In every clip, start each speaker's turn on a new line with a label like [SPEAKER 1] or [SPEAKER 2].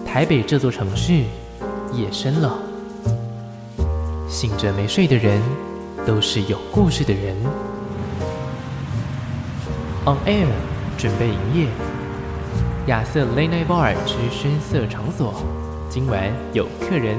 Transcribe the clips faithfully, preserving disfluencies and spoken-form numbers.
[SPEAKER 1] 台北这座城市夜深了，醒着没睡的人都是有故事的人。On Air 准备营业，亚瑟 Late Night Bar 之深色场所，今晚有客人。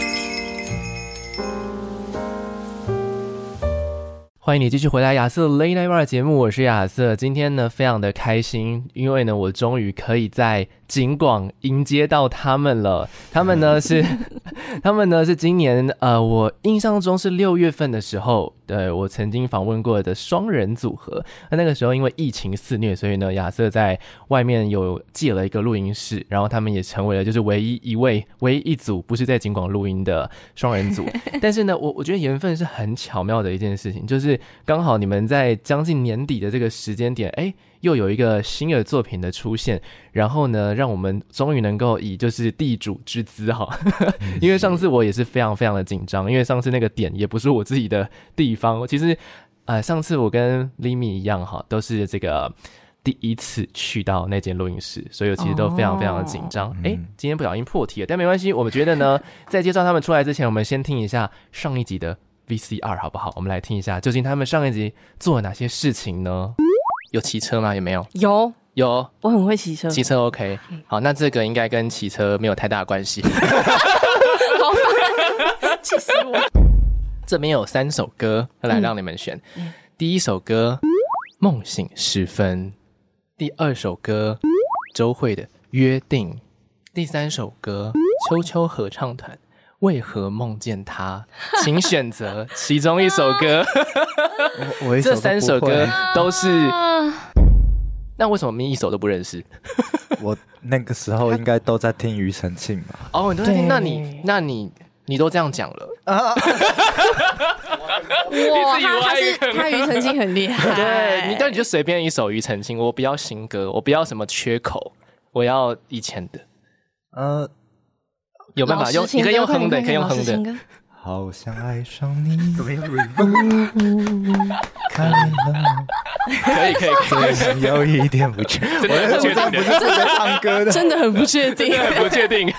[SPEAKER 1] 欢迎你继续回来亚瑟 Late Night Bar 节目，我是亚瑟。今天呢非常的开心，因为呢我终于可以在景广迎接到他们了。他们呢是他们呢是今年呃我印象中是六月份的时候，对我曾经访问过的双人组合。那那个时候因为疫情肆虐，所以呢亚瑟在外面有借了一个录音室，然后他们也成为了就是唯一一位唯一一组不是在景广录音的双人组。但是呢我我觉得缘分是很巧妙的一件事情，就是刚好你们在将近年底的这个时间点，哎，又有一个新的作品的出现，然后呢让我们终于能够以就是地主之姿哈，因为上次我也是非常非常的紧张，因为上次那个点也不是我自己的地方。其实呃上次我跟 Limi 一样哈，都是这个第一次去到那间录音室，所以我其实都非常非常的紧张。哎、哦，今天不小心破题了，但没关系，我们觉得呢在介绍他们出来之前，我们先听一下上一集的 V C R 好不好？我们来听一下究竟他们上一集做了哪些事情呢？有骑车吗？有没有？
[SPEAKER 2] 有
[SPEAKER 1] 有，
[SPEAKER 2] 我很会骑车。
[SPEAKER 1] 骑车 OK， 好，那这个应该跟骑车没有太大的关系。
[SPEAKER 2] 好烦，气死我！
[SPEAKER 1] 这边有三首歌来让你们选。嗯、第一首歌《梦醒时分》，第二首歌周蕙的《约定》，第三首歌秋秋合唱团。为何梦见他？请选择其中一首歌。
[SPEAKER 3] 我我一首都不会，这
[SPEAKER 1] 三首歌都是。那为什么你一首都不认识？
[SPEAKER 3] 我那个时候应该都在听庾澄庆吧。
[SPEAKER 1] 哦，你都在听，那你那你你都这样讲了。啊、
[SPEAKER 2] 哇，他是他庾澄庆很厉害。
[SPEAKER 1] 对，你那你就随便一首庾澄庆，我不要新歌，我不要什么缺口，我要以前的。呃。有办法用，你可以用哼的，可以用哼的。
[SPEAKER 3] 好想爱上你，怎么样？
[SPEAKER 1] 看可以可以可以，
[SPEAKER 3] 有一点不确定，
[SPEAKER 1] 真的不确定，
[SPEAKER 3] 不是真的唱歌的，
[SPEAKER 2] 真的很不确定，
[SPEAKER 1] 真的很不确定。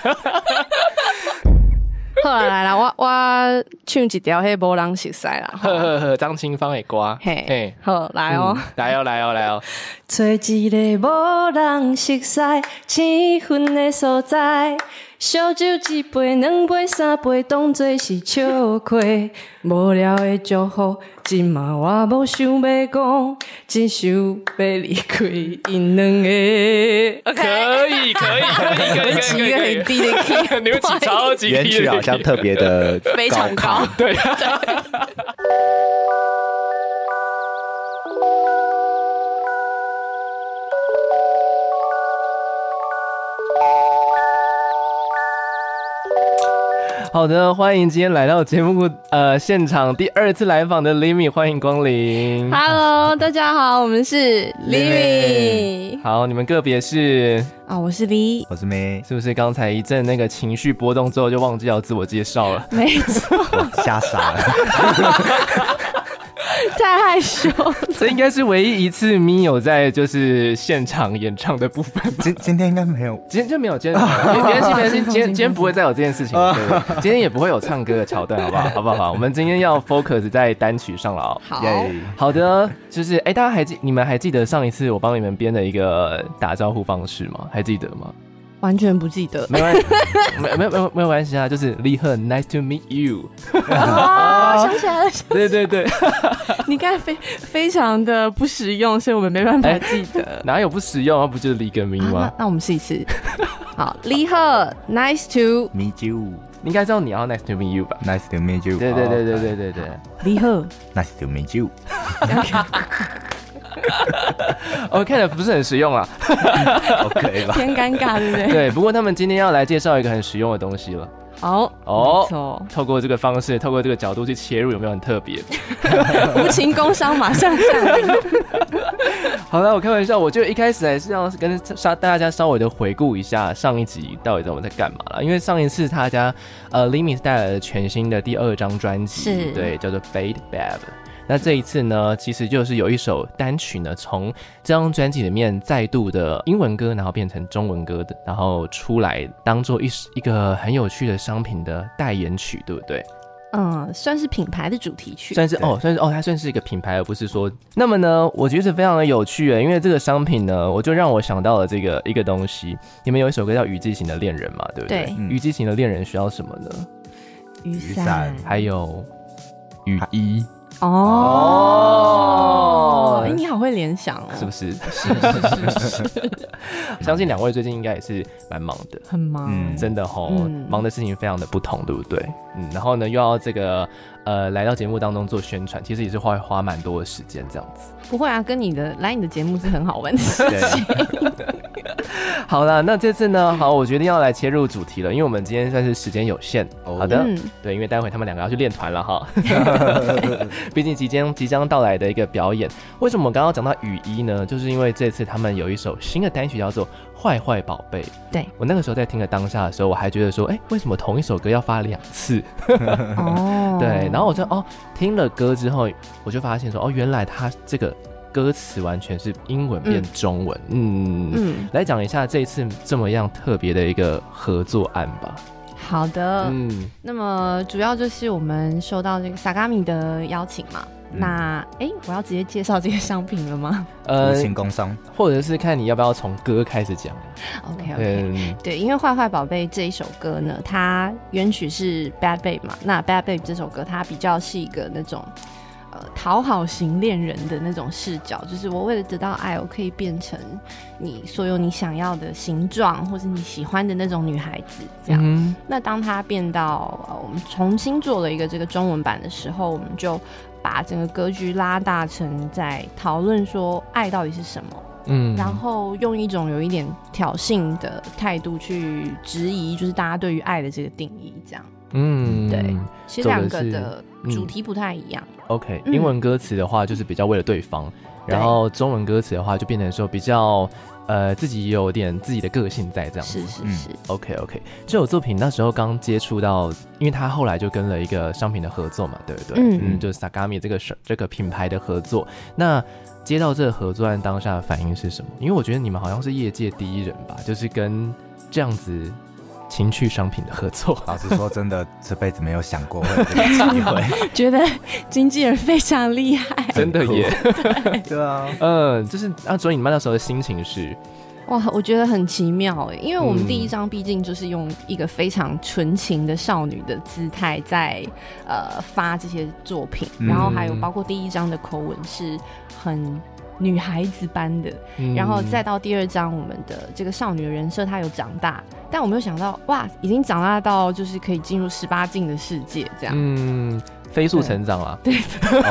[SPEAKER 2] 好啦来啦，我我唱一条迄无人熟悉啦。
[SPEAKER 1] 呵呵呵，张清芳的歌。
[SPEAKER 2] 嘿嘿，好来哦、嗯，
[SPEAKER 1] 来哦来哦来哦。
[SPEAKER 2] 找一个无人熟悉、青云的所在，烧酒一杯、两杯、三杯，当作是笑亏。无聊的祝福，今嘛我无想要讲，只想要离开因两个。
[SPEAKER 1] 可以可以可以可以可以，
[SPEAKER 2] 起一个很低的 key，
[SPEAKER 1] 你们起超级低的 key，
[SPEAKER 3] 原曲好像特别的
[SPEAKER 2] 非常高，
[SPEAKER 1] 对。好的，欢迎今天来到节目呃现场第二次来访的 Limi， 欢迎光临。
[SPEAKER 2] Hello， 大家好，我们是 Limi。
[SPEAKER 1] 好，你们个别是
[SPEAKER 2] 啊，我是 Li，
[SPEAKER 3] 我是 May，
[SPEAKER 1] 是不是刚才一阵那个情绪波动之后就忘记要自我介绍了？
[SPEAKER 2] 没错，
[SPEAKER 3] 吓傻了。
[SPEAKER 2] 太害羞了，
[SPEAKER 1] 这应该是唯一一次咪有在就是现场演唱的部分。
[SPEAKER 3] 今今天应该没有，
[SPEAKER 1] 今天就没有，今天没关系没关系，今天今天不会再有这件事情，对不对？今天也不会有唱歌的桥段，好不好？好不好？我们今天要 focus 在单曲上了哦。
[SPEAKER 2] 好，
[SPEAKER 1] 好的，就是哎，大家还记你们还记得上一次我帮你们编的一个打招呼方式吗？还记得吗？
[SPEAKER 2] 完全不记得，
[SPEAKER 1] 没关系，没没没没有关系啊，就是李贺 ，Nice to meet you。
[SPEAKER 2] 哦，想起来了，
[SPEAKER 1] 对对对，
[SPEAKER 2] 你刚才非非常的不实用，所以我们没办法记得。
[SPEAKER 1] 欸、哪有不实用啊？不就是李跟咪吗、
[SPEAKER 2] 啊那？那我们试一次。好，李贺 ，Nice to
[SPEAKER 3] meet you。
[SPEAKER 1] 你应该知道你要 Nice to meet you 吧
[SPEAKER 3] ？Nice to meet you。
[SPEAKER 1] 对对对对对对对。
[SPEAKER 2] 李贺
[SPEAKER 3] ，Nice to meet you。
[SPEAKER 1] 我看了不是很实用啊
[SPEAKER 3] ，OK 吧？
[SPEAKER 2] 偏尴尬，对不对？
[SPEAKER 1] 对，不过他们今天要来介绍一个很实用的东西了。
[SPEAKER 2] 好
[SPEAKER 1] 哦，透过这个方式，透过这个角度去切入，有没有很特别？
[SPEAKER 2] 无情工伤马上下来。
[SPEAKER 1] 好了，我开玩笑，我就一开始还是要跟大家稍微的回顾一下上一集到底我们在干嘛了，因为上一次大家呃 Limi 带来了全新的第二张专辑，对，叫做 Fade Bad。 那这一次呢，其实就是有一首单曲呢，从这张专辑里面再度的英文歌，然后变成中文歌的，然后出来当做一一个很有趣的商品的代言曲，对不对？
[SPEAKER 2] 嗯，算是品牌的主题曲，
[SPEAKER 1] 算是哦，算是哦，它算是一个品牌，而不是说。那么呢，我觉得非常的有趣耶，因为这个商品呢，我就让我想到了这个一个东西。你们有一首歌叫《雨季型的恋人》嘛，对不对？
[SPEAKER 2] 对
[SPEAKER 1] 雨季型的恋人需要什么呢？
[SPEAKER 2] 雨
[SPEAKER 3] 伞，
[SPEAKER 1] 还有雨衣。
[SPEAKER 2] 哦，哎、欸，你好会联想哦，
[SPEAKER 1] 是不是？
[SPEAKER 2] 是是是是。
[SPEAKER 1] 相信两位最近应该也是蛮忙的，
[SPEAKER 2] 很忙，
[SPEAKER 1] 嗯、真的吼、
[SPEAKER 2] 嗯，
[SPEAKER 1] 忙的事情非常的不同，对不对？嗯，然后呢，又要这个呃来到节目当中做宣传，其实也是花花蛮多的时间这样子。
[SPEAKER 2] 不会啊，跟你的来你的节目是很好玩的事情。
[SPEAKER 1] 好啦，那这次呢，好，我决定要来切入主题了，因为我们今天算是时间有限。Oh. 好的、嗯，对，因为待会他们两个要去练团了哈，毕竟即将即将到来的一个表演。为什么我刚刚讲到雨衣呢？就是因为这次他们有一首新的单曲叫做《坏坏宝贝》。
[SPEAKER 2] 对，
[SPEAKER 1] 我那个时候在听的当下的时候，我还觉得说，哎、欸，为什么同一首歌要发两次？哦，对，然后我就哦听了歌之后，我就发现说，哦，原来他这个。歌词完全是英文变中文，嗯嗯，来讲一下这一次这么样特别的一个合作案吧。
[SPEAKER 2] 好的，嗯，那么主要就是我们收到这个 Sagami 的邀请嘛，嗯、那哎、欸，我要直接介绍这个商品了吗？
[SPEAKER 3] 呃，无形工商，
[SPEAKER 1] 或者是看你要不要从歌开始讲。
[SPEAKER 2] OK OK，、嗯、对，因为《坏坏宝贝》这一首歌呢，它原曲是 Bad Babe 嘛，那 Bad Babe 这首歌它比较是一个那种。呃，讨好型恋人的那种视角，就是我为了得到爱，我可以变成你所有你想要的形状，或是你喜欢的那种女孩子，这样。嗯、那当它变到、呃、我们重新做了一个这个中文版的时候，我们就把整个格局拉大成在讨论说爱到底是什么。嗯，然后用一种有一点挑衅的态度去质疑，就是大家对于爱的这个定义，这样。嗯，对，其实两个的主题不太一样。嗯、
[SPEAKER 1] OK， 英文歌词的话就是比较为了对方，嗯、然后中文歌词的话就变成说比较呃自己有点自己的个性在这样子。
[SPEAKER 2] 是是是。嗯、
[SPEAKER 1] OK OK， 这首作品那时候刚接触到，因为他后来就跟了一个商品的合作嘛，对不对？嗯嗯，就是 Sagami 这个这个品牌的合作。那接到这个合作案当下的反应是什么？因为我觉得你们好像是业界第一人吧，就是跟这样子。情趣商品的合作，
[SPEAKER 3] 老实说，真的这辈子没有想过会有这个机会，
[SPEAKER 2] 觉得经纪人非常厉害，
[SPEAKER 1] 真的耶，
[SPEAKER 2] 对,
[SPEAKER 3] 对啊，
[SPEAKER 1] 嗯，就是啊，所以你们那时候的心情是，
[SPEAKER 2] 哇，我觉得很奇妙哎，因为我们第一张毕竟就是用一个非常纯情的少女的姿态在呃发这些作品，嗯、然后还有包括第一张的口吻是很。女孩子般的，然后再到第二章，我们的这个少女的人设她有长大，但我没有想到，哇，已经长大到就是可以进入十八禁的世界这样，
[SPEAKER 1] 嗯，飞速成长啦，
[SPEAKER 2] 对，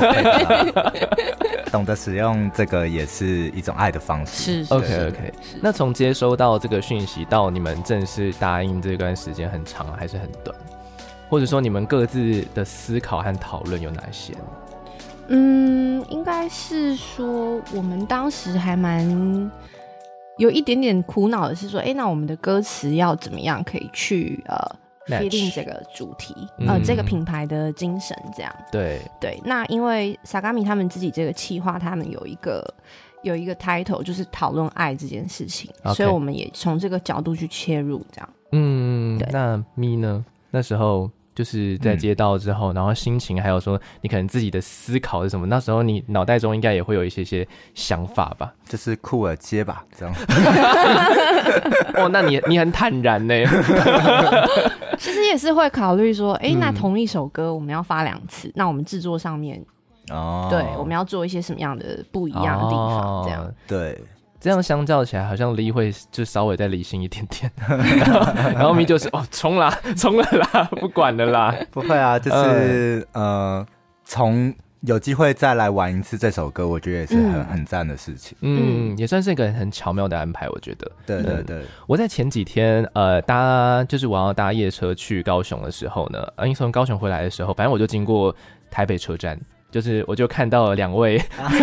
[SPEAKER 3] 懂得使用这个也是一种爱的方式，
[SPEAKER 2] 是
[SPEAKER 1] ，OK OK。那从接收到这个讯息到你们正式答应这段时间很长还是很短？或者说你们各自的思考和讨论有哪些呢？
[SPEAKER 2] 嗯，应该是说我们当时还蛮有一点点苦恼的是说，哎，那我们的歌词要怎么样可以去呃 fit in 这个主题，呃、嗯，这个品牌的精神这样。
[SPEAKER 1] 对
[SPEAKER 2] 对，那因为 Sagami 他们自己这个企划，他们有一个有一个 title 就是讨论爱这件事情， okay. 所以我们也从这个角度去切入这样。
[SPEAKER 1] 嗯，那咪呢？那时候。就是在接到之后、嗯、然后心情还有说你可能自己的思考是什么，那时候你脑袋中应该也会有一些些想法吧，
[SPEAKER 3] 就是酷儿接吧这样
[SPEAKER 1] 哦，那你你很坦然呢
[SPEAKER 2] 其实也是会考虑说哎、欸，那同一首歌我们要发两次、嗯、那我们制作上面哦，对，我们要做一些什么样的不一样的地方、哦、这样
[SPEAKER 3] 对，
[SPEAKER 1] 这样相较起来好像Lee会就稍微再理性一点点然后咪就是哦冲啦冲了啦不管了啦
[SPEAKER 3] 不会啊，就是呃从有机会再来玩一次这首歌，我觉得也是很、嗯、很赞的事情，
[SPEAKER 1] 嗯，也算是一个很巧妙的安排，我觉得。
[SPEAKER 3] 对对对、嗯、
[SPEAKER 1] 我在前几天呃搭就是我要搭夜车去高雄的时候呢，呃从高雄回来的时候，反正我就经过台北车站，就是我就看到了两位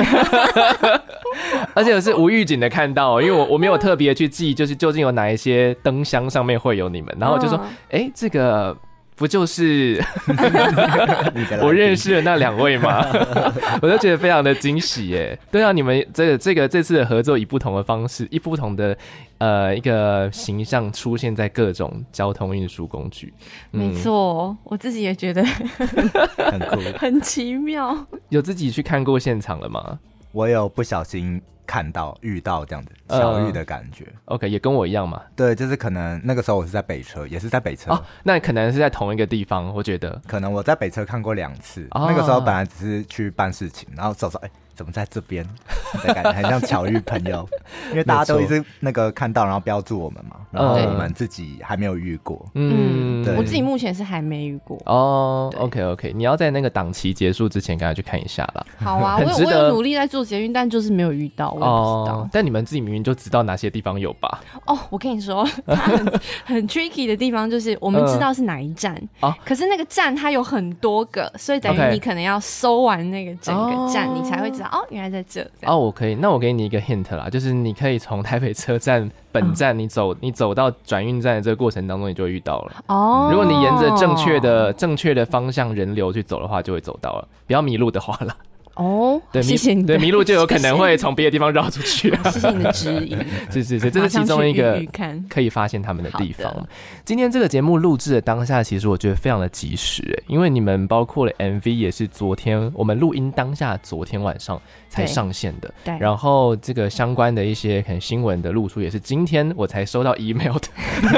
[SPEAKER 1] 而且我是无预警的看到，因为我我没有特别去记就是究竟有哪一些灯箱上面会有你们，然后我就说哎、欸，这个不就是我认识的那两位吗？我就觉得非常的惊喜耶。对啊，你们这个这个这次的合作以不同的方式，以不同的呃一个形象出现在各种交通运输工具。
[SPEAKER 2] 嗯、没错，我自己也觉得
[SPEAKER 3] 很酷，
[SPEAKER 2] 很奇妙。
[SPEAKER 1] 有自己去看过现场了吗？
[SPEAKER 3] 我有不小心看到遇到这样的巧遇的感觉、
[SPEAKER 1] 呃、OK 也跟我一样嘛。
[SPEAKER 3] 对，就是可能那个时候我是在北车，也是在北车
[SPEAKER 1] 哦，那可能是在同一个地方。我觉得
[SPEAKER 3] 可能我在北车看过两次、哦、那个时候本来只是去办事情，然后走走哎、欸怎么在这边的感觉很像巧遇朋友因为大家都一直那个看到然后标注我们嘛，然后我们自己还没有遇过。
[SPEAKER 2] 嗯，对，我自己目前是还没遇过。
[SPEAKER 1] 哦 OK OK 你要在那个档期结束之前赶快去看一下啦。
[SPEAKER 2] 好啊，我有我有努力在做捷运，但就是没有遇到，我也不知道、哦、
[SPEAKER 1] 但你们自己明明就知道哪些地方有吧。
[SPEAKER 2] 哦，我跟你说它很很 tricky 的地方就是我们知道是哪一站、嗯、可是那个站它有很多个，所以等于你可能要搜完那个整个站、哦、你才会知道哦，原来在这。
[SPEAKER 1] 哦，我可以，那我给你一个 hint 啦，就是你可以从台北车站本站，你走、嗯、你走到转运站的这个过程当中，你就会遇到了。哦，如果你沿着正确的正确的方向人流去走的话，就会走到了。不要迷路的话啦。
[SPEAKER 2] 哦，
[SPEAKER 1] 对，
[SPEAKER 2] 谢谢你。
[SPEAKER 1] 对，迷路就有可能会从别的地方绕出去、啊。
[SPEAKER 2] 谢谢你的指引。
[SPEAKER 1] 是是是，这是其中一个可以发现他们的地方。今天这个节目录制的当下，其实我觉得非常的及时、欸，因为你们包括了 M V 也是昨天我们录音当下昨天晚上才上线的。
[SPEAKER 2] 对。
[SPEAKER 1] 然后这个相关的一些可能新闻的露出也是今天我才收到 email 的。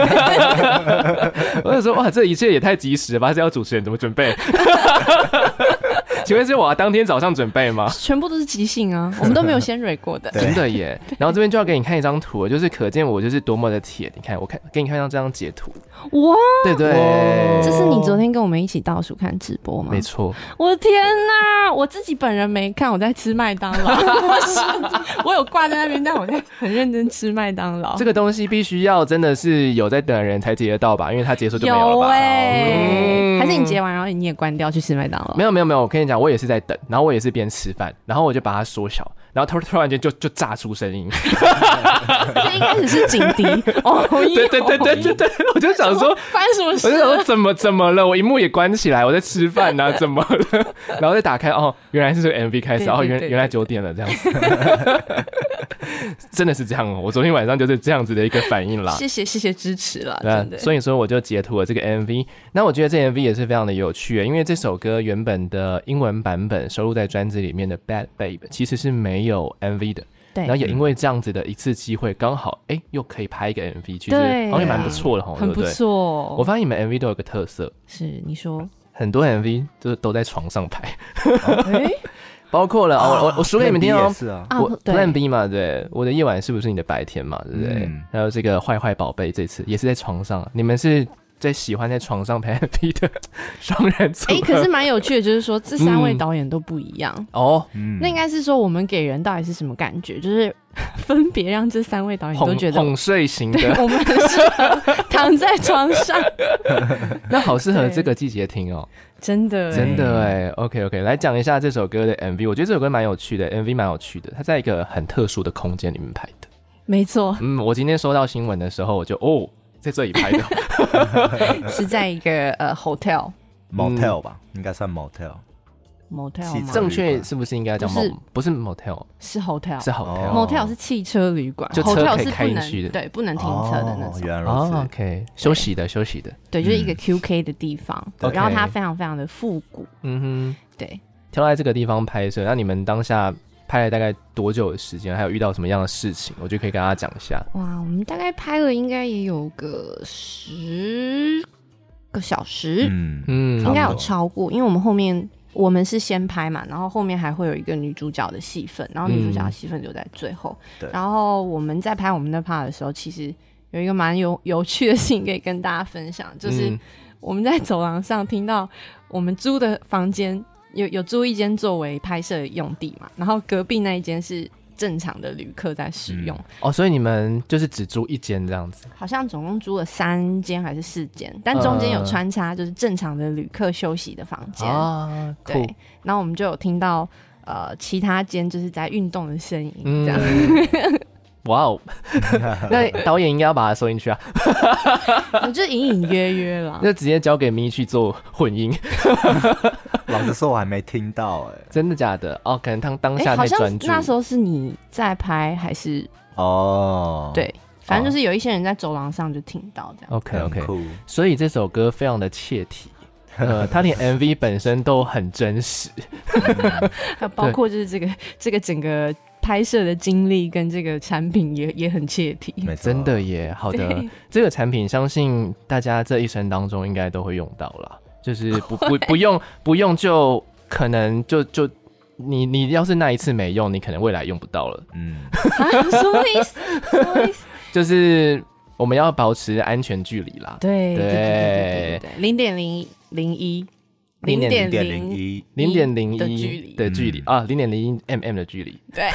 [SPEAKER 1] 我就说哇，这一切也太及时了吧！这要主持人怎么准备？请问是我要当天早上准备吗？
[SPEAKER 2] 全部都是即兴啊，我们都没有先蕊过的。
[SPEAKER 1] 真的耶。然后这边就要给你看一张图，就是可见我就是多么的铁。你看，我看给你看一张这张截图。
[SPEAKER 2] 哇，
[SPEAKER 1] 对对，
[SPEAKER 2] 这是你昨天跟我们一起倒数看直播吗？
[SPEAKER 1] 没错。
[SPEAKER 2] 我的天哪，我自己本人没看，我在吃麦当劳。我有挂在那边，但我在很认真吃麦当劳。
[SPEAKER 1] 这个东西必须要真的是有在等的人才截得到吧？因为他结束就没有了吧？
[SPEAKER 2] 有哎、欸嗯，还是你截完然后你也关掉去吃麦当劳？
[SPEAKER 1] 没有没有没有，我跟你讲，我也是在等，然后我也是边吃饭，然后我就把它缩小，然后突突然间就就炸出声音。
[SPEAKER 2] 一开始是警笛，哦，
[SPEAKER 1] 对对对对对对，我就想说
[SPEAKER 2] 发生什么事？
[SPEAKER 1] 我就想说怎么怎么了？我荧幕也关起来，我在吃饭啊，怎么了？然后再打开，哦，原来是这个 M V 开始，哦，原原来九点了，这样子。真的是这样哦，我昨天晚上就是这样子的一个反应啦。
[SPEAKER 2] 谢谢谢谢支持啦，
[SPEAKER 1] 对啊，
[SPEAKER 2] 真的。
[SPEAKER 1] 所以说我就截图了这个 M V， 那我觉得这 M V 也是非常的有趣，因为这首歌原本的英文版本收录在专辑里面的 Bad Babe 其实是没有 M V 的。
[SPEAKER 2] 对，
[SPEAKER 1] 然后也因为这样子的一次机会，刚好哎又可以拍一个 M V， 其实好像也蛮不错的哈，
[SPEAKER 2] 很不错。
[SPEAKER 1] 我发现你们 M V 都有个特色，
[SPEAKER 2] 是你说
[SPEAKER 1] 很多 M V 就是都在床上拍。
[SPEAKER 2] 哎。
[SPEAKER 1] 包括了、哦、我我说给你们听哦，
[SPEAKER 3] 啊、
[SPEAKER 1] 我 Plan B 嘛，对，我的夜晚是不是你的白天嘛，对不对？嗯、还有这个坏坏宝贝，这次也是在床上，你们是在喜欢在床上拍 M V 的双人组合。
[SPEAKER 2] 哎、欸，可是蛮有趣的，就是说这三位导演都不一样、嗯、
[SPEAKER 1] 哦。
[SPEAKER 2] 那应该是说我们给人到底是什么感觉？就是分别让这三位导演都觉得
[SPEAKER 1] 哄睡型的，
[SPEAKER 2] 我们很适合躺在床上。
[SPEAKER 1] 那好适合这个季节听哦。
[SPEAKER 2] 真的
[SPEAKER 1] 真的哎 ，OK OK， 来讲一下这首歌的 M V。我觉得这首歌蛮有趣的 ，M V 蛮有趣的，它在一个很特殊的空间里面拍的。
[SPEAKER 2] 没错，
[SPEAKER 1] 嗯，我今天收到新闻的时候，我就哦，在这里拍的，
[SPEAKER 2] 是在一个呃 hotel
[SPEAKER 3] motel 吧，应该算 motel。
[SPEAKER 2] motel 吗？
[SPEAKER 1] 正确是不是应该叫 mo？ 不是 motel，
[SPEAKER 2] 是 hotel，
[SPEAKER 1] 是 hotel。
[SPEAKER 2] motel 是汽车旅馆，
[SPEAKER 1] 就车可以开进去的，
[SPEAKER 2] 对，不能停车的那种。
[SPEAKER 3] 原来如此。
[SPEAKER 1] OK， 休息的，休息的。
[SPEAKER 2] 对，就是一个 Q K 的地方，然后它非常非常的复古。嗯
[SPEAKER 1] 哼，
[SPEAKER 2] 对。
[SPEAKER 1] 挑在这个地方拍摄，那你们当下拍了大概多久的时间？还有遇到什么样的事情？我就可以跟大家讲一下。
[SPEAKER 2] 哇，我们大概拍了应该也有个十个小时，嗯嗯，应该有超过，因为我们后面。我们是先拍嘛，然后后面还会有一个女主角的戏份，然后女主角的戏份留在最后、嗯、然后我们在拍我们的 part 的时候，其实有一个蛮有有趣的事情可以跟大家分享，就是我们在走廊上听到我们租的房间有有租一间作为拍摄用地嘛，然后隔壁那一间是正常的旅客在使用、嗯、
[SPEAKER 1] 哦，所以你们就是只租一间这样子？
[SPEAKER 2] 好像总共租了三间还是四间，但中间有穿插就是正常的旅客休息的房间啊，对，然后我们就有听到呃其他间就是在运动的声音，这样、嗯、
[SPEAKER 1] 哇哦，那导演应该要把它收进去啊。
[SPEAKER 2] 我就隐隐约约啦，
[SPEAKER 1] 就直接交给咪去做混音。
[SPEAKER 3] 老实说，我还没听到哎、欸，
[SPEAKER 1] 真的假的？哦，可能他当下太专注。
[SPEAKER 2] 那时候是你在拍还是？
[SPEAKER 3] 哦，
[SPEAKER 2] 对，反正就是有一些人在走廊上就听到这样。
[SPEAKER 1] OK OK， 所以这首歌非常的切题。呃，他连 M V 本身都很真实，
[SPEAKER 2] 还有包括就是这个这个整个拍摄的经历跟这个产品也也很切题，
[SPEAKER 1] 真的耶。好的，这个产品相信大家这一生当中应该都会用到啦，就是不不不用不用就可能就就你你要是那一次没用，你可能未来用不到了。嗯，
[SPEAKER 2] 啊、什么意思？什么意思？
[SPEAKER 1] 就是我们要保持安全距离啦。
[SPEAKER 2] 对对对对对，零点零零一，零点零一，
[SPEAKER 1] 零点零一
[SPEAKER 2] 的距离
[SPEAKER 1] 的距离啊，零点零一 mm 的距离。
[SPEAKER 2] 对。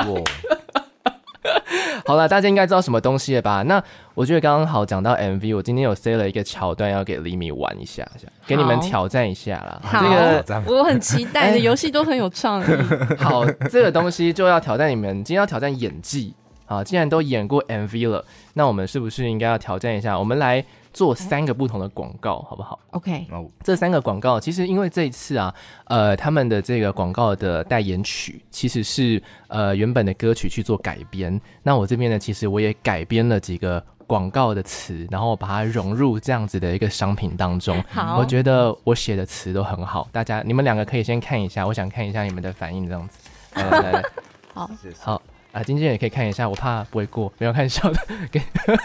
[SPEAKER 1] 好了，大家应该知道什么东西了吧？那我觉得刚刚好讲到 M V， 我今天有塞了一个桥段要给李米玩一下，给你们挑战一下啦。
[SPEAKER 2] 好，
[SPEAKER 1] 这
[SPEAKER 2] 个我很期待的游戏都很有创意。
[SPEAKER 1] 好，这个东西就要挑战你们，今天要挑战演技啊！既然都演过 M V 了，那我们是不是应该要挑战一下？我们来做三个不同的广告，好不好
[SPEAKER 2] ？OK，
[SPEAKER 1] 这三个广告其实因为这一次啊，呃，他们的这个广告的代言曲其实是呃原本的歌曲去做改编。那我这边呢，其实我也改编了几个广告的词，然后把它融入这样子的一个商品当中。
[SPEAKER 2] 好，
[SPEAKER 1] 我觉得我写的词都很好，大家你们两个可以先看一下，我想看一下你们的反应，这样子。来来来，
[SPEAKER 2] 好，
[SPEAKER 1] 好啊，经纪人也可以看一下，我怕不会过，没有看笑的。给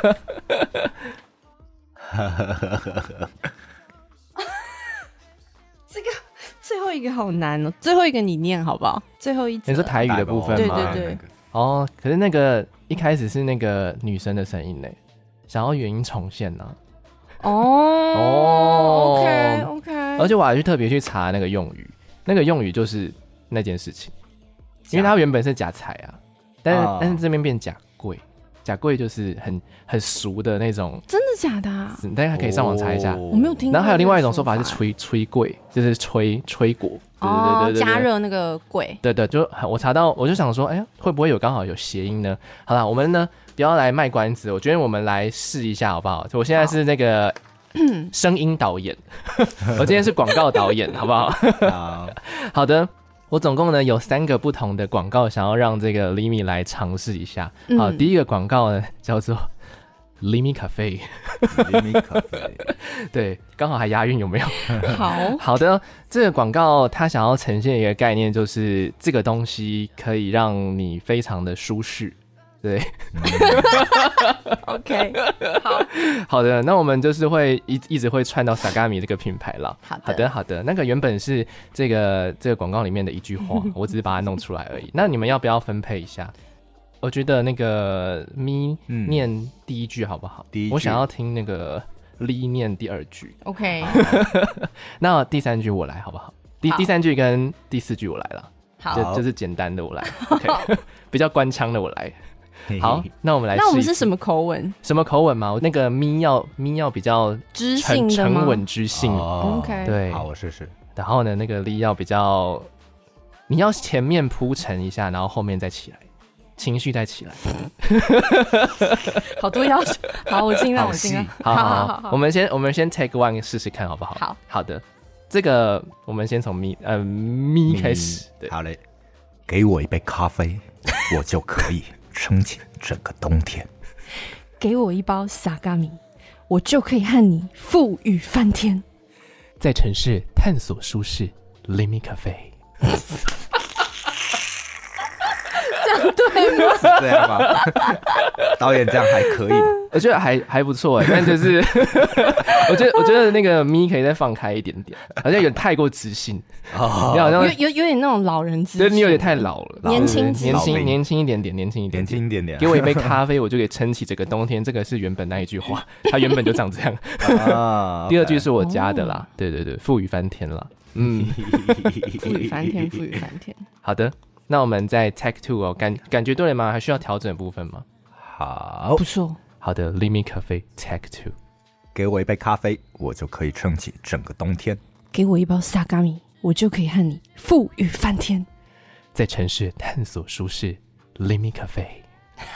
[SPEAKER 2] 这个最后一个好难哦，最后一个你念好不好？最后一则
[SPEAKER 1] 你说台语的部分吗？
[SPEAKER 2] 对对对。
[SPEAKER 1] 哦，可是那个一开始是那个女生的声音呢，想要原音重现呢、
[SPEAKER 2] 啊。哦哦 ，OK OK。
[SPEAKER 1] 而且我还去特别去查那个用语，那个用语就是那件事情，因为它原本是假财啊，但是、哦、但是这边变假贵。假贵就是很很熟的那种，
[SPEAKER 2] 真的假的啊？
[SPEAKER 1] 大家可以上网查一下，
[SPEAKER 2] 我没有听过。
[SPEAKER 1] 然后还有另外一种说法是吹吹贵，就是吹吹果，对对对对，
[SPEAKER 2] 加热那个贵。
[SPEAKER 1] 对对，就我查到，我就想说，哎呀，会不会有刚好有谐音呢？好啦，我们呢不要来卖关子，我觉得我们来试一下好不好？我现在是那个声音导演，我今天是广告导演，好不好？好好的。我总共呢有三个不同的广告，想要让这个 Limi 来尝试一下。好，嗯、第一个广告呢叫做 Limi Cafe，Limi Cafe， 对，刚好还押韵，有没有？
[SPEAKER 2] 好
[SPEAKER 1] 好的，这个广告它想要呈现一个概念，就是这个东西可以让你非常的舒适。对、
[SPEAKER 2] 嗯、，OK， 好
[SPEAKER 1] 好的，那我们就是会一一直会串到 Sagami 这个品牌了。
[SPEAKER 2] 好的，
[SPEAKER 1] 好的，好的。那个原本是这个这个广告里面的一句话，我只是把它弄出来而已。那你们要不要分配一下？我觉得那个咪念第一句好不好？第一句，我想要听那个 Li 念第二句。
[SPEAKER 2] OK，
[SPEAKER 1] 那第三句我来好不好？第第三句跟第四句我来了。
[SPEAKER 2] 好，
[SPEAKER 1] 就就是简单的我来 ，OK， 比较官腔的我来。好，那我们来试一试。
[SPEAKER 2] 那我们是什么口吻？
[SPEAKER 1] 什么口吻吗？那个咪要咪要比较
[SPEAKER 2] 知性的吗？
[SPEAKER 1] 沉稳知性。
[SPEAKER 3] 哦、
[SPEAKER 2] OK，
[SPEAKER 1] 对，
[SPEAKER 3] 好，我试试。
[SPEAKER 1] 然后呢，那个力要比较，你要前面铺陈一下，然后后面再起来，情绪再起来。
[SPEAKER 2] 好多要求，好，我尽量，我尽量。
[SPEAKER 1] 好好 好, 好, 好，我们先我们先 take one 试试看，好不好？
[SPEAKER 2] 好
[SPEAKER 1] 好的，这个我们先从咪呃咪开始。
[SPEAKER 3] 好嘞，给我一杯咖啡，我就可以撑起整个冬天。
[SPEAKER 2] 给我一包萨嘎米，我就可以和你富裕翻天。
[SPEAKER 1] 在城市探索舒适 Limi Cafe。
[SPEAKER 2] 这样对吗？
[SPEAKER 3] 是这样吗？导演这样还可以，
[SPEAKER 1] 我觉得还还不错哎，但就是我觉得我觉得那个咪可以再放开一点点，好像有点太过直性哦，
[SPEAKER 2] 有有有点那种老人直性，
[SPEAKER 1] 对，你有点太老了，
[SPEAKER 2] 年轻
[SPEAKER 1] 年轻年轻一点点，年轻一点
[SPEAKER 3] 年轻一点点，
[SPEAKER 1] 给我一杯咖啡，我就可以撑起这个冬天。这个是原本那一句话，它原本就长这样。啊、第二句是我加的啦，哦、对对对，富裕翻天啦，嗯，
[SPEAKER 2] 富裕翻天，富裕翻天。
[SPEAKER 1] 好的。那我们在 Take Two 哦，感感觉对了吗？还需要调整的部分吗？
[SPEAKER 3] 好，
[SPEAKER 2] 不错。
[SPEAKER 1] 好的 ，Limi Cafe Take Two，
[SPEAKER 3] 给我一杯咖啡，我就可以撑起整个冬天。
[SPEAKER 2] 给我一包萨嘎米，我就可以和你富裕翻天。
[SPEAKER 1] 在城市探索舒适 ，Limi Cafe。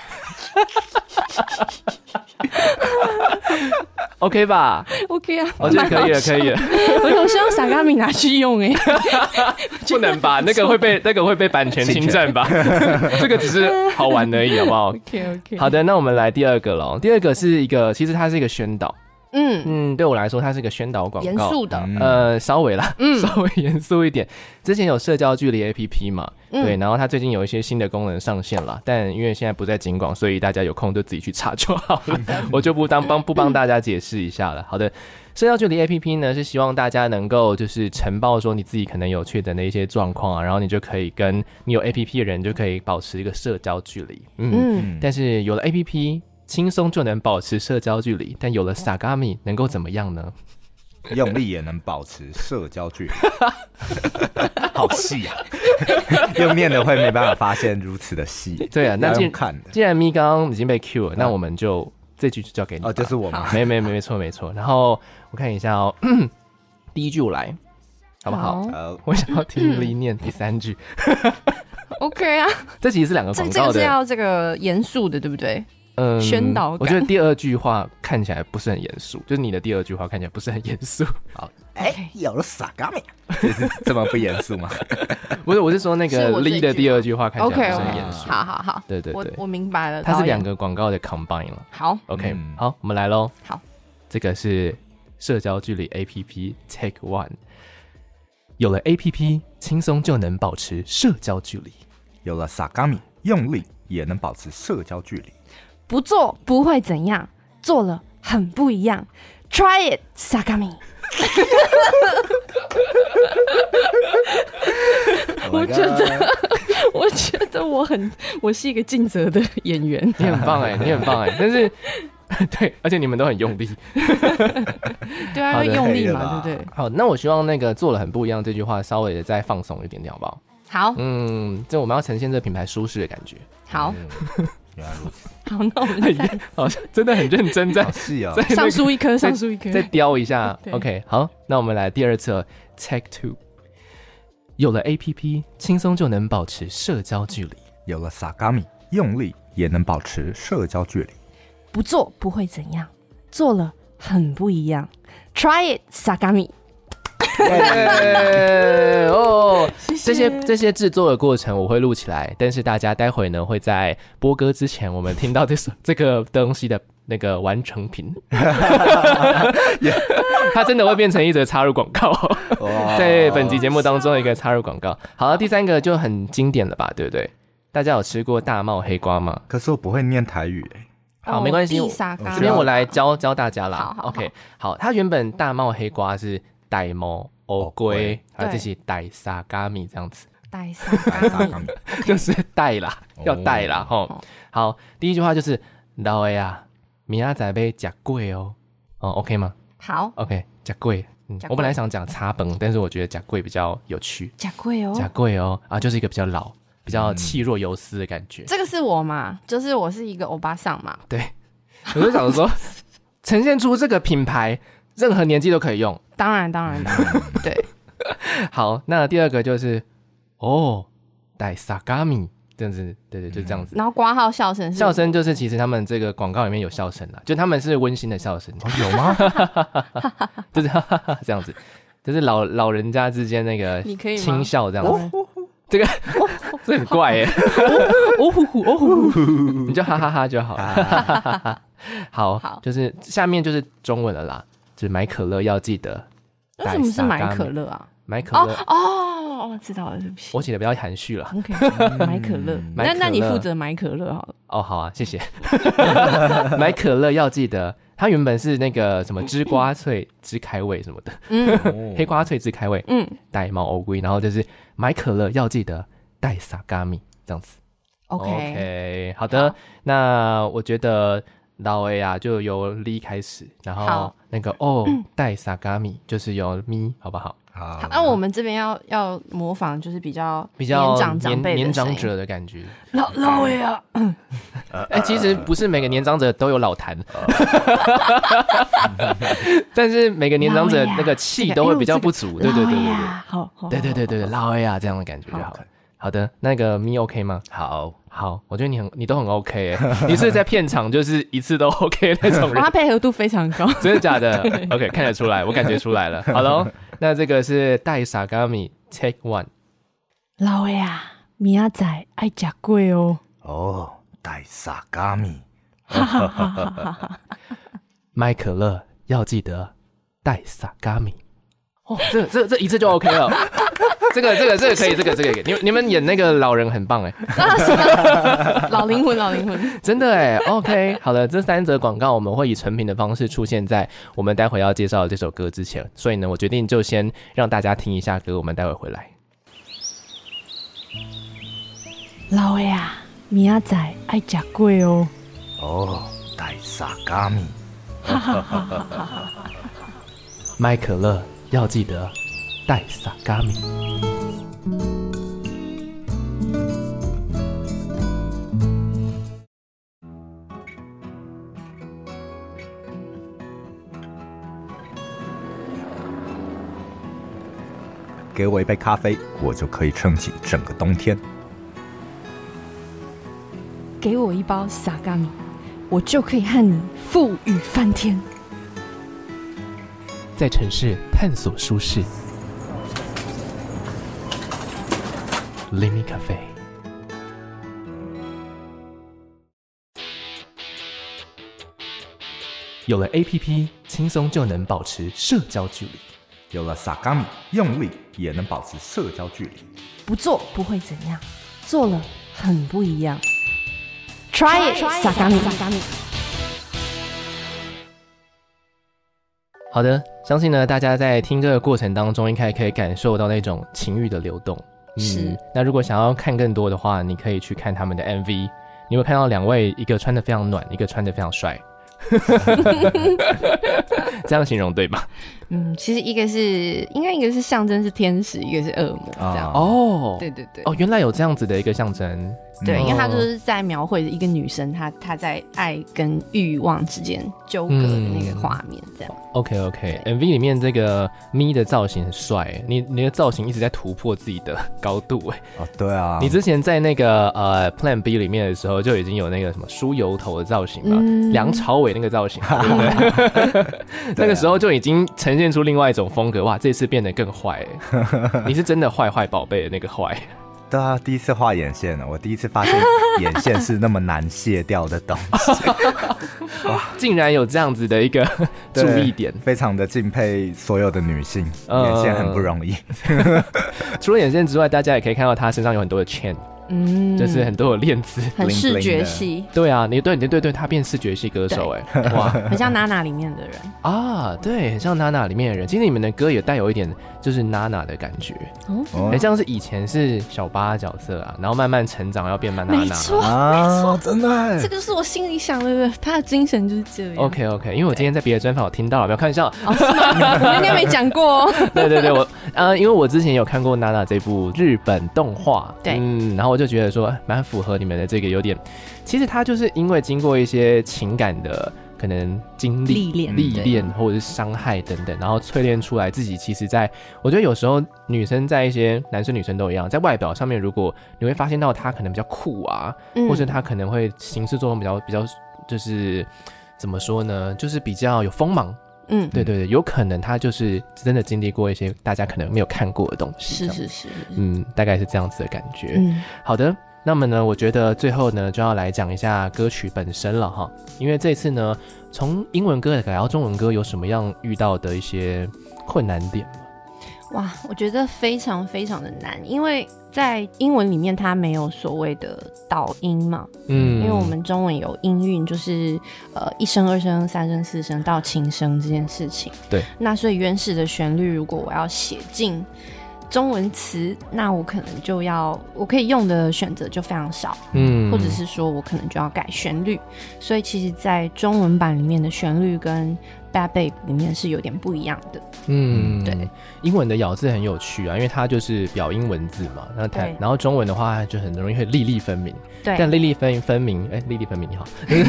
[SPEAKER 1] OK 吧
[SPEAKER 2] ？OK 啊，
[SPEAKER 1] 我觉得可以了，可以了。
[SPEAKER 2] 我我希望萨嘎米拿去用哎、欸，
[SPEAKER 1] 不能吧？那个会被那个会被版权侵占吧？这个只是好玩而已，好不好
[SPEAKER 2] ？OK OK。
[SPEAKER 1] 好的，那我们来第二个咯。第二个是一个，其实它是一个宣导。
[SPEAKER 2] 嗯
[SPEAKER 1] 嗯，对我来说，它是一个宣导广告，
[SPEAKER 2] 严肃的，
[SPEAKER 1] 呃，稍微啦，
[SPEAKER 2] 嗯，
[SPEAKER 1] 稍微严肃一点。之前有社交距离 A P P 嘛，嗯、对，然后它最近有一些新的功能上线了，但因为现在不在警广，所以大家有空就自己去查就好了，我就不当帮不帮大家解释一下了。好的，社交距离 A P P 呢是希望大家能够就是呈报说你自己可能有确诊的一些状况啊，然后你就可以跟你有 A P P 的人就可以保持一个社交距离，嗯，嗯但是有了 A P P。轻松就能保持社交距离，但有了 Sagami 能够怎么样呢？
[SPEAKER 3] 用力也能保持社交距离，好细啊！用念的会没办法发现如此的细。
[SPEAKER 1] 对啊，那既
[SPEAKER 3] 看的
[SPEAKER 1] 既然咪刚刚已经被 Q 了，那我们就这句就交给你。
[SPEAKER 3] 哦，就是我吗？
[SPEAKER 1] 没没没没错没错。然后我看一下哦，第一句我来，好不好？好我想要听力念第三句。
[SPEAKER 2] OK 啊，
[SPEAKER 1] 这其实是两个广告的，
[SPEAKER 2] 这个是要这个严肃的，对不对？
[SPEAKER 1] 嗯，
[SPEAKER 2] 宣导感。
[SPEAKER 1] 我觉得第二句话看起来不是很严肃，就是你的第二句话看起来不是很严肃。
[SPEAKER 3] 好，哎、欸，有了Sagami，就是这么不严肃吗？
[SPEAKER 1] 不是，我是说那个 Lee 的第二句话看起来不是很严肃。
[SPEAKER 2] 好好好，
[SPEAKER 1] 对对对，
[SPEAKER 2] 我我明白了，
[SPEAKER 1] 它是两个广告的 combine 了。
[SPEAKER 2] 好
[SPEAKER 1] ，OK，、
[SPEAKER 3] 嗯、
[SPEAKER 1] 好，我们来咯。
[SPEAKER 2] 好，
[SPEAKER 1] 这个是社交距离 A P P Take One， 有了 A P P， 轻松就能保持社交距离。
[SPEAKER 3] 有了Sagami， 用力也能保持社交距离。
[SPEAKER 2] 不做不会怎样，做了很不一样。Try it, Sagami 。我觉得，我觉得我很，我是一个尽责的演员。
[SPEAKER 1] 你很棒哎、欸，你很棒哎、欸，但是，对，而且你们都很用力。
[SPEAKER 2] 对啊，要用力嘛，对不对？
[SPEAKER 1] 好，那我希望那个做了很不一样这句话稍微的再放松一点点，好不好？
[SPEAKER 2] 好，
[SPEAKER 1] 嗯，这我们要呈现这个品牌舒适的感觉。
[SPEAKER 2] 好。
[SPEAKER 3] 嗯原来如此。
[SPEAKER 2] 好，那我们再
[SPEAKER 1] 好像真的很认真在，
[SPEAKER 3] 好细哦，
[SPEAKER 1] 在、那個、
[SPEAKER 2] 上书一颗，上书一颗，
[SPEAKER 1] 再雕一下。OK， 好，那我们来第二次 Take Two。有了 A P P， 轻松就能保持社交距离。
[SPEAKER 3] 有了Sagami， 用力也能保持社交距离。
[SPEAKER 2] 不做不会怎样，做了很不一样。Try it, Sagami。
[SPEAKER 1] Yeah, 哦，这些这些制作的过程我会录起来，但是大家待会呢会在播歌之前，我们听到这首这个东西的那个完成品，它真的会变成一则插入广告，在本集节目当中的一个插入广告。好了，第三个就很经典了吧，对不对？大家有吃过大茂黑瓜吗？
[SPEAKER 3] 可是我不会念台语哎、
[SPEAKER 1] 欸。好，没关系，这边我来教教大家啦。
[SPEAKER 2] 好好好
[SPEAKER 1] OK， 好，它原本大茂黑瓜是大茂欧龟，还有这些带沙嘎米这样子，
[SPEAKER 2] 带沙嘎米
[SPEAKER 1] 就是带啦，要带啦吼。哦、好，第一句话就是老的呀，明仔载要吃粿哦，哦 ，OK 吗？
[SPEAKER 2] 好
[SPEAKER 1] ，OK， 吃粿。嗯，我本来想讲茶本，但是我觉得吃粿比较有趣。
[SPEAKER 2] 吃粿哦，
[SPEAKER 1] 吃粿哦，啊，就是一个比较老、比较气若游丝的感觉。
[SPEAKER 2] 这个是我嘛，就是我是一个欧巴桑嘛。
[SPEAKER 1] 对，我就想说，呈现出这个品牌。任何年纪都可以用，
[SPEAKER 2] 当然当然当然，对。
[SPEAKER 1] 好，那第二个就是哦，带 Sagami 这样子，对对，就这样子。
[SPEAKER 2] 然后括号笑声是，
[SPEAKER 1] 笑声就是其实他们这个广告里面有笑声啦，就他们是温馨的笑声。
[SPEAKER 3] 哦，有吗？
[SPEAKER 1] 就是哈哈哈这样子，就是老老人家之间那个轻笑这样子。这个这很怪耶，
[SPEAKER 2] 哦呼呼哦呼呼，
[SPEAKER 1] 你就哈哈哈就好了。好，好，就是下面就是中文了啦。就是买可乐要记得，
[SPEAKER 2] 为什么是买可乐啊？
[SPEAKER 1] 买可乐
[SPEAKER 2] 哦哦，知道了，对不起，
[SPEAKER 1] 我写的比较含蓄了。
[SPEAKER 2] OK， 买可乐，那那你负责买可乐好了。
[SPEAKER 1] 哦，好啊，谢谢。买可乐要记得，它原本是那个什么芝瓜脆汁开胃什么的，嗯，黑瓜脆汁开胃，嗯，带毛欧龟，然后就是买可乐要记得带Sagami这样子。
[SPEAKER 2] OK，
[SPEAKER 1] OK， 好的，好那我觉得。老 A 啊，就由 Lee 开始，然后那个哦，带 Sagami 就是由 Mi， 好不好？
[SPEAKER 2] 好，那我们这边要要模仿，就是比较
[SPEAKER 1] 比较
[SPEAKER 2] 年长长辈
[SPEAKER 1] 年长者的感觉。
[SPEAKER 2] 老老 A 啊，
[SPEAKER 1] 哎，其实不是每个年长者都有老痰，但是每个年长者那个气都会比较不足。对对对对对，
[SPEAKER 2] 好，
[SPEAKER 1] 对对对对对，老 A 啊这样的感觉就好。好的，那个 Mi OK 吗？
[SPEAKER 3] 好，
[SPEAKER 1] 好，我觉得你很你都很 OK 哎，你是在片场就是一次都 OK 那种人，
[SPEAKER 2] 他配合度非常高，
[SPEAKER 1] 真的假的 ？OK， 看得出来，我感觉出来了。好咯，那这个是带萨嘎米 Take One。
[SPEAKER 2] 老的啊，明仔载爱吃粿哦。
[SPEAKER 3] 哦，带萨嘎米。
[SPEAKER 1] 买可乐要记得带萨嘎米。哦，这这这一次就 OK 了。这个这个这个可以，这个这个可以。你你们演那个老人很棒哎，
[SPEAKER 2] 老灵魂老灵魂，
[SPEAKER 1] 真的哎。OK， 好了，这三则广告我们会以成品的方式出现在我们待会要介绍的这首歌之前，所以呢，我决定就先让大家听一下歌，我们待会回来。
[SPEAKER 2] 老的啊，明仔载爱吃粿哦。
[SPEAKER 3] 哦，带萨嘎米。
[SPEAKER 1] 买可乐要记得带萨嘎米。
[SPEAKER 3] 给我一杯咖啡，我就可以撑起整个冬天。
[SPEAKER 2] 给我一包萨嘎米，我就可以和你富裕翻天。
[SPEAKER 1] 在城市探索舒适 Limi Cafe。 有了 A P P， 轻松就能保持社交距离。
[SPEAKER 3] 有了萨嘎米，用力也能保持社交距离。
[SPEAKER 2] 不做不会怎样，做了很不一样。Try it， 萨嘎米。
[SPEAKER 1] 好的，相信呢，大家在听歌的过程当中，应该可以感受到那种情欲的流动。嗯，
[SPEAKER 2] 是。
[SPEAKER 1] 那如果想要看更多的话，你可以去看他们的 M V， 你会看到两位，一个穿得非常暖，一个穿得非常帅。这样形容对吧？
[SPEAKER 2] 嗯，其实一个是应该一个是象征是天使，一个是恶魔，这样。
[SPEAKER 1] 哦，
[SPEAKER 2] 对对对。
[SPEAKER 1] 哦，原来有这样子的一个象征。
[SPEAKER 2] 对，
[SPEAKER 1] 嗯、
[SPEAKER 2] 因为他就是在描绘一个女生，她她在爱跟欲望之间纠葛的那个画面，这样。嗯、
[SPEAKER 1] OK OK，M V 里面这个咪的造型很帅，你你的造型一直在突破自己的高度哎。
[SPEAKER 3] 哦，对啊。你
[SPEAKER 1] 之前在那个呃 Plan B 里面的时候，就已经有那个什么梳油头的造型嘛，嗯、梁朝伟那个造型，对不对？那个时候就已经呈现出另外一种风格，哇！这次变得更坏，你是真的坏坏宝贝的那个坏。
[SPEAKER 3] 对啊，第一次画眼线了，我第一次发现眼线是那么难卸掉的东西。
[SPEAKER 1] 哇，竟然有这样子的一个注意点，
[SPEAKER 3] 非常的敬佩所有的女性，呃、眼线很不容易。
[SPEAKER 1] 除了眼线之外，大家也可以看到她身上有很多的 chain。嗯，就是很多的链子，
[SPEAKER 2] 很视觉系。
[SPEAKER 1] 对啊，你对对对对，他变视觉系歌手哎，
[SPEAKER 2] 哇，很像娜娜里面的人
[SPEAKER 1] 啊，对，很像娜娜里面的人。其实你们的歌也带有一点就是娜娜的感觉，哦，很像是以前是小八角色啊，然后慢慢成长要变曼娜娜。
[SPEAKER 2] 没错，
[SPEAKER 3] 啊、
[SPEAKER 2] 没错，
[SPEAKER 3] 真的，
[SPEAKER 2] 这个是我心里想的，他的精神就是这样。
[SPEAKER 1] OK OK， 因为我今天在别的专访我听到了，不要开玩笑，
[SPEAKER 2] 哦，是吗？我应该没讲过。
[SPEAKER 1] 对对对，我呃，因为我之前有看过娜娜这部日本动画，
[SPEAKER 2] 对，
[SPEAKER 1] 嗯，然后我就觉得说。蛮符合你们的这个有点，其实他就是因为经过一些情感的可能经历、
[SPEAKER 2] 历练、
[SPEAKER 1] 历练或者是伤害等等，然后淬炼出来自己。其实在，在我觉得有时候女生在一些男生女生都一样，在外表上面，如果你会发现到他可能比较酷啊，嗯、或者他可能会行事作风比较比较，就是怎么说呢，就是比较有锋芒。嗯，对对对，有可能他就是真的经历过一些大家可能没有看过的东西。
[SPEAKER 2] 是是是，
[SPEAKER 1] 嗯，大概是这样子的感觉。嗯，好的。那么呢，我觉得最后呢，就要来讲一下歌曲本身了哈。因为这次呢，从英文歌改到中文歌，有什么样遇到的一些困难点吗？
[SPEAKER 2] 哇，我觉得非常非常的难，因为在英文里面它没有所谓的导音嘛，嗯，因为我们中文有音韵，就是呃一声、二声、三声、四声到轻声这件事情。
[SPEAKER 1] 对，
[SPEAKER 2] 那所以原始的旋律，如果我要写进中文词，那我可能就要我可以用的选择就非常少，嗯，或者是说我可能就要改旋律，所以其实在中文版里面的旋律跟 Bad Babe 里面是有点不一样的。嗯，对，
[SPEAKER 1] 英文的咬字很有趣啊，因为它就是表音文字嘛，那它然后中文的话就很容易会粒粒分明。对，但粒粒分分明，哎，粒粒分明你好。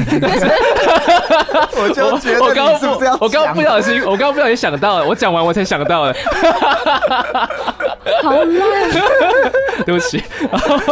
[SPEAKER 3] 我就觉得
[SPEAKER 1] 我刚
[SPEAKER 3] 是不是要
[SPEAKER 1] 我刚刚不小心，我刚刚不小心想到了，我讲完我才想到了。
[SPEAKER 2] 好烂，
[SPEAKER 1] 对不起。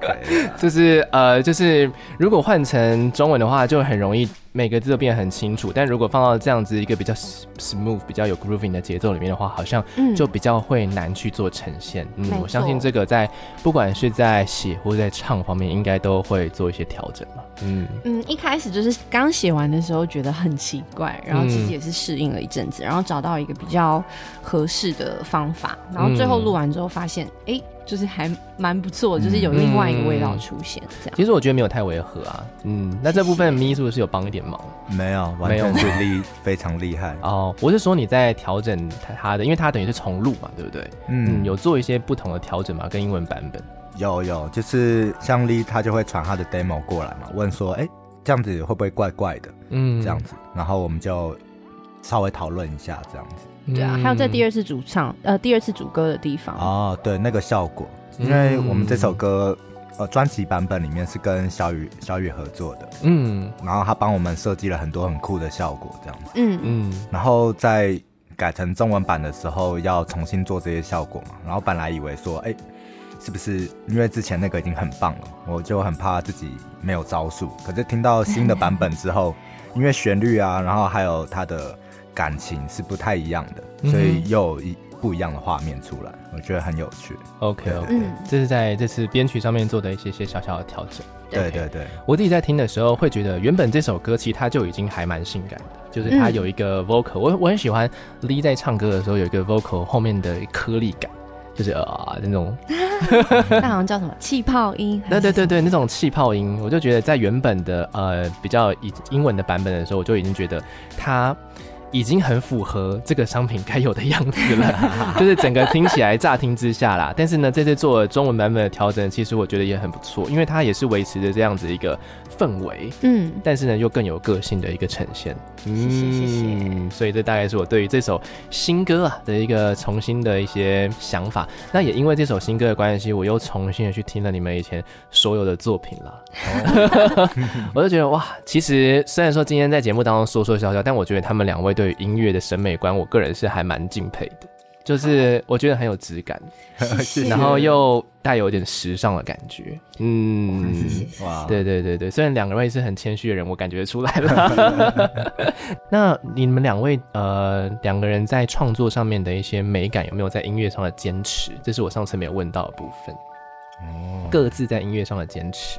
[SPEAKER 1] 就是呃，就是如果换成中文的话，就很容易每个字都变得很清楚。但如果放到这样子一个比较 smooth、比较有 grooving 的节奏里面的话，好像就比较会难去做呈现。嗯，嗯我相信这个在不管是在写或在唱方面，应该都会做一些调整嘛。嗯
[SPEAKER 2] 嗯，一开始就是刚写完的时候觉得很奇怪，然后其实也是适应了一阵子，然后找到一个比较合适的方法，然后最后录完之后发现，哎、欸。就是还蛮不错，就是有另外一个味道出现。这样，
[SPEAKER 1] 其实我觉得没有太违和啊。嗯，那这部分咪是不是有帮一点忙？
[SPEAKER 3] 没有，完全是厉非常厉害
[SPEAKER 1] 哦。我是说你在调整它的，因为它等于是重录嘛，对不对？嗯, 嗯，有做一些不同的调整嘛，跟英文版本。
[SPEAKER 3] 有有，就是像丽他就会传他的 demo 过来嘛，问说，哎、欸，这样子会不会怪怪的？嗯，这样子，然后我们就稍微讨论一下，这样子。
[SPEAKER 2] 对啊，还有在第二次主唱，呃，第二次主歌的地方
[SPEAKER 3] 哦，对，那个效果，因为我们这首歌，呃，专辑版本里面是跟小雨小雨合作的，嗯，然后他帮我们设计了很多很酷的效果，这样子，嗯嗯，然后在改成中文版的时候，要重新做这些效果嘛，然后本来以为说，哎、欸，是不是因为之前那个已经很棒了，我就很怕自己没有招数，可是听到新的版本之后，因为旋律啊，然后还有它的感情是不太一样的，所以又有一不一样的画面出来，我觉得很有趣。
[SPEAKER 1] OK OK，、嗯、这是在这次编曲上面做的一些些小小的调整。
[SPEAKER 3] 对对对，
[SPEAKER 1] 我自己在听的时候会觉得，原本这首歌其实它就已经还蛮性感的，就是它有一个 vocal，、嗯、我我很喜欢 Lee 在唱歌的时候有一个 vocal 后面的颗粒感。就是啊那种，
[SPEAKER 2] 那好像叫什么气泡音？
[SPEAKER 1] 对对对对，那种气泡音，我就觉得在原本的呃比较以英文的版本的时候，我就已经觉得它已经很符合这个商品该有的样子了，就是整个听起来乍听之下啦。但是呢，这次做了中文版本的调整，其实我觉得也很不错，因为它也是维持着这样子一个氛围，嗯，但是呢又更有个性的一个呈现。
[SPEAKER 2] 嗯、谢谢谢谢。
[SPEAKER 1] 所以这大概是我对于这首新歌啊的一个重新的一些想法。那也因为这首新歌的关系，我又重新的去听了你们以前所有的作品啦。哦、我就觉得哇，其实虽然说今天在节目当中说说笑笑，但我觉得他们两位对于音乐的审美观，我个人是还蛮敬佩的。就是我觉得很有质感，然后又带有一点时尚的感觉。嗯，哇，对对对对，虽然两位是很谦虚的人，我感觉出来了。那你们两位呃两个人在创作上面的一些美感，有没有在音乐上的坚持？这是我上次没有问到的部分。哦，各自在音乐上的坚持。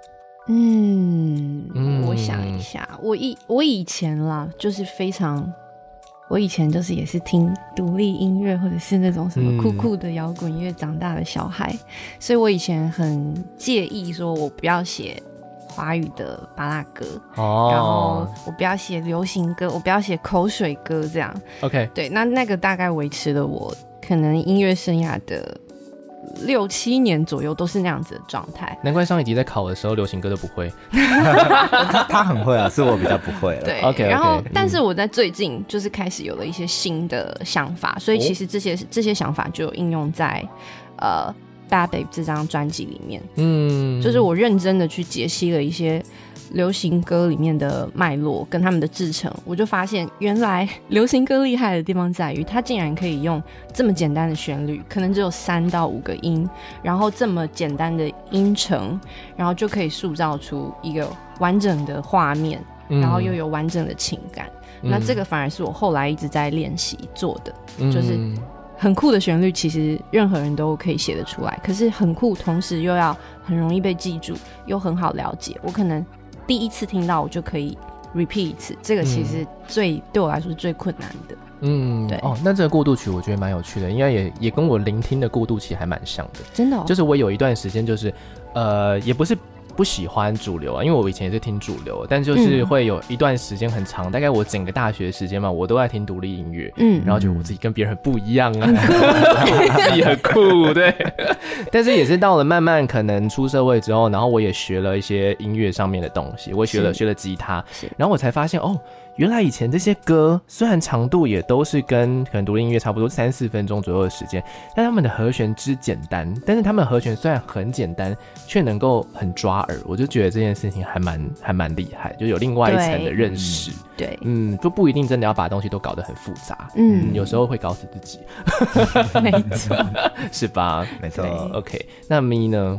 [SPEAKER 2] 嗯，嗯我想一下，我以我以前啦，就是非常。我以前就是也是听独立音乐或者是那种什么酷酷的摇滚音乐长大的小孩、嗯、所以我以前很介意说我不要写华语的芭乐歌、哦、然后我不要写流行歌，我不要写口水歌这样
[SPEAKER 1] OK
[SPEAKER 2] 对，那那个大概维持了我可能音乐生涯的六七年左右都是那样子的状态，
[SPEAKER 1] 难怪上一集在考的时候流行歌都不会。
[SPEAKER 3] 他, 他很会啊，是我比较不会了。
[SPEAKER 2] 对
[SPEAKER 1] ，OK，
[SPEAKER 2] 然后、嗯、但是我在最近就是开始有了一些新的想法，所以其实这些、哦、这些想法就有应用在呃《Bad Babe》这张专辑里面。嗯，就是我认真的去解析了一些流行歌里面的脉络跟他们的制成，我就发现原来流行歌厉害的地方在于它竟然可以用这么简单的旋律，可能只有三到五个音，然后这么简单的音程，然后就可以塑造出一个完整的画面，然后又有完整的情感、嗯、那这个反而是我后来一直在练习做的、嗯、就是很酷的旋律其实任何人都可以写得出来，可是很酷同时又要很容易被记住又很好了解，我可能第一次听到我就可以 repeat 一次，这个其实最、嗯、对我来说是最困难的。嗯，对
[SPEAKER 1] 哦，那这个过渡曲我觉得蛮有趣的，应该也也跟我聆听的过渡期还蛮像的。
[SPEAKER 2] 真的、哦，
[SPEAKER 1] 就是我有一段时间就是呃，也不是不喜欢主流啊，因为我以前也是听主流，但就是会有一段时间很长、嗯、大概我整个大学的时间嘛，我都在听独立音乐，嗯，然后觉得我自己跟别人很不一样啊，自己很酷，对。但是也是到了慢慢可能出社会之后，然后我也学了一些音乐上面的东西，我学了学了吉他，然后我才发现哦，原来以前这些歌虽然长度也都是跟可能独立音乐差不多三四分钟左右的时间，但他们的和弦之简单，但是他们的和弦虽然很简单，却能够很抓耳，我就觉得这件事情还蛮还蛮厉害，就有另外一层的认识。
[SPEAKER 2] 对，
[SPEAKER 1] 嗯，就不一定真的要把东西都搞得很复杂，嗯，嗯有时候会搞死自己。
[SPEAKER 2] 没错，
[SPEAKER 1] 是吧？
[SPEAKER 3] 没错。
[SPEAKER 1] OK， 那咪呢？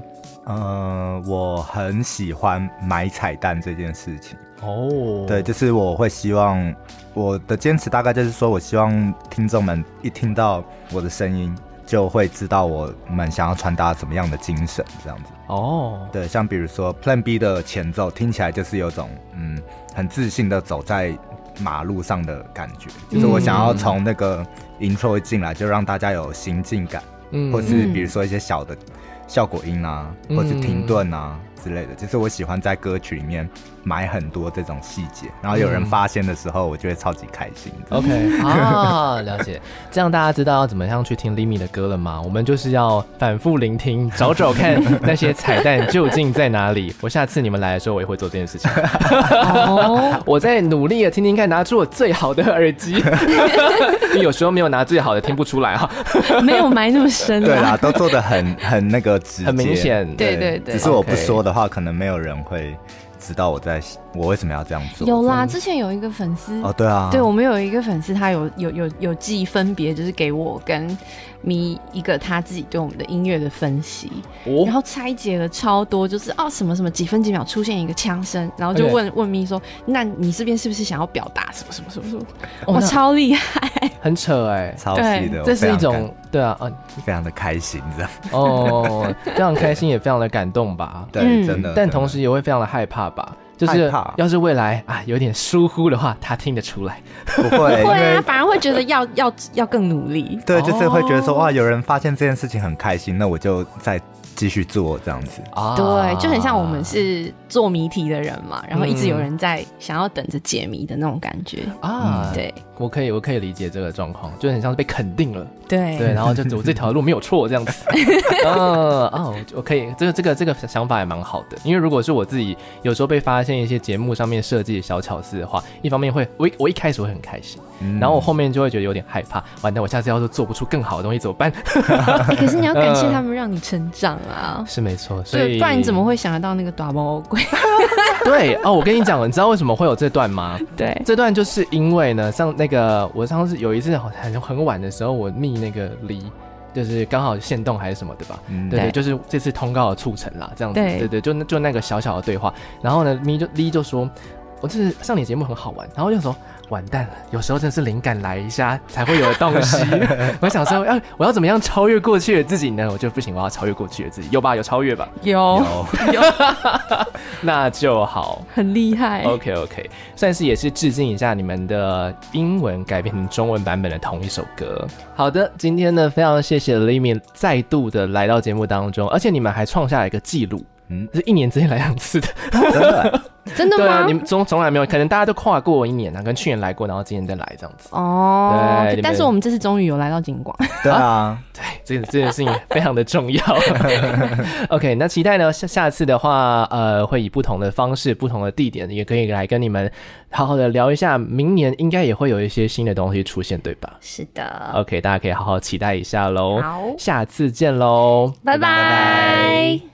[SPEAKER 3] 呃，我很喜欢买彩蛋这件事情。
[SPEAKER 1] 哦，
[SPEAKER 3] 对，就是我会希望我的坚持大概就是说，我希望听众们一听到我的声音，就会知道我们想要传达什么样的精神，这样子。
[SPEAKER 1] 哦，
[SPEAKER 3] 对，像比如说 Plan B 的前奏，听起来就是有种嗯很自信的走在马路上的感觉，就是我想要从那个 intro 进来就让大家有行进感，嗯，或是比如说一些小的效果音啊，嗯、或是停顿啊之类的，就是我喜欢在歌曲里面埋很多这种细节，然后有人发现的时候，我就会超级开心。
[SPEAKER 1] OK 啊，了解。这样大家知道要怎么样去听 Limi 的歌了吗？我们就是要反复聆听，找找看那些彩蛋究竟在哪里。我下次你们来的时候，我也会做这件事情。哦、我在努力的听听看，拿出我最好的耳机。你有时候没有拿最好的，听不出来哈。
[SPEAKER 2] 没有埋那么深、啊。
[SPEAKER 3] 对啦，都做得很很那个直接，
[SPEAKER 1] 很明显。
[SPEAKER 2] 对对对，
[SPEAKER 3] 只是我不说的话， okay. 可能没有人会知道我在我为什么要这样做。
[SPEAKER 2] 有啦，之前有一个粉丝
[SPEAKER 3] 哦，对啊，
[SPEAKER 2] 对我们有一个粉丝，他有有有有寄分别，就是给我跟咪一个他自己对我们的音乐的分析，哦、然后拆解了超多，就是哦什么什么几分几秒出现一个枪声，然后就问、okay. 问咪说，那你这边是不是想要表达什么什么什么什么？哇、哦，超厉害，
[SPEAKER 1] 很扯哎、欸，
[SPEAKER 3] 超细的，
[SPEAKER 1] 这是一种对啊，啊，
[SPEAKER 3] 非常的开心这样。
[SPEAKER 1] 哦，非常开心，也非常的感动吧？
[SPEAKER 3] 对，嗯、真的，
[SPEAKER 1] 但同时也会非常的害怕吧？就是要是未来啊有点疏忽的话，他听得出来。
[SPEAKER 3] 不会，
[SPEAKER 2] 不会啊，反而会觉得要要要更努力。
[SPEAKER 3] 对，就是会觉得说、哦、哇，有人发现这件事情很开心，那我就再继续做这样子。
[SPEAKER 2] 啊，对，就很像我们是做谜题的人嘛，然后一直有人在想要等着解谜的那种感觉啊。对，
[SPEAKER 1] 我可以我可以理解这个状况，就很像是被肯定了。
[SPEAKER 2] 对
[SPEAKER 1] 对，然后就走这条路没有错这样子。嗯哦，我可以，这个这个这个想法也蛮好的。因为如果是我自己有时候被发现一些节目上面设计的小巧思的话，一方面会我我一开始会很开心，嗯、然后我后面就会觉得有点害怕，完蛋，我下次要是做不出更好的东西怎么办？
[SPEAKER 2] 欸、可是你要感谢他们让你成长啊，
[SPEAKER 1] 是没错，所以
[SPEAKER 2] 不然你怎么会想得到那个大包龟？
[SPEAKER 1] 对哦，我跟你讲，你知道为什么会有这段吗？
[SPEAKER 2] 对，
[SPEAKER 1] 这段就是因为呢，像那个我上次有一次很很晚的时候，我密那个离。就是刚好限动还是什么的吧，嗯、对 对, 对，就是这次通告的促成啦，这样子，对 对, 对，就就那个小小的对话，然后呢，咪就咪就说，我这次上你节目很好玩，然后就说完蛋了，有时候真的是灵感来一下才会有的东西。我想说，要我要怎么样超越过去的自己呢？我就不行，我要超越过去的自己，有吧？有超越吧？
[SPEAKER 2] 有有，有
[SPEAKER 1] 那就好，
[SPEAKER 2] 很厉害。
[SPEAKER 1] OK OK， 算是也是致敬一下你们的英文改编成中文版本的同一首歌。好的，今天呢，非常谢谢 Limi 再度的来到节目当中，而且你们还创下了一个纪录。嗯，是一年之内来两次的，
[SPEAKER 3] 真的，
[SPEAKER 2] 真的吗？
[SPEAKER 1] 对啊，你们从从来没有，可能大家都跨过一年啊，跟去年来过，然后今年再来这样子。
[SPEAKER 2] 哦，对，但是我们这次终于有来到景广。
[SPEAKER 3] 对啊，
[SPEAKER 1] 对，这个这件事情非常的重要。OK， 那期待呢，下下次的话，呃，会以不同的方式、不同的地点，也可以来跟你们好好的聊一下。明年应该也会有一些新的东西出现，对吧？
[SPEAKER 2] 是的。
[SPEAKER 1] OK， 大家可以好好期待一下喽。
[SPEAKER 2] 好，
[SPEAKER 1] 下次见喽，
[SPEAKER 2] 拜拜。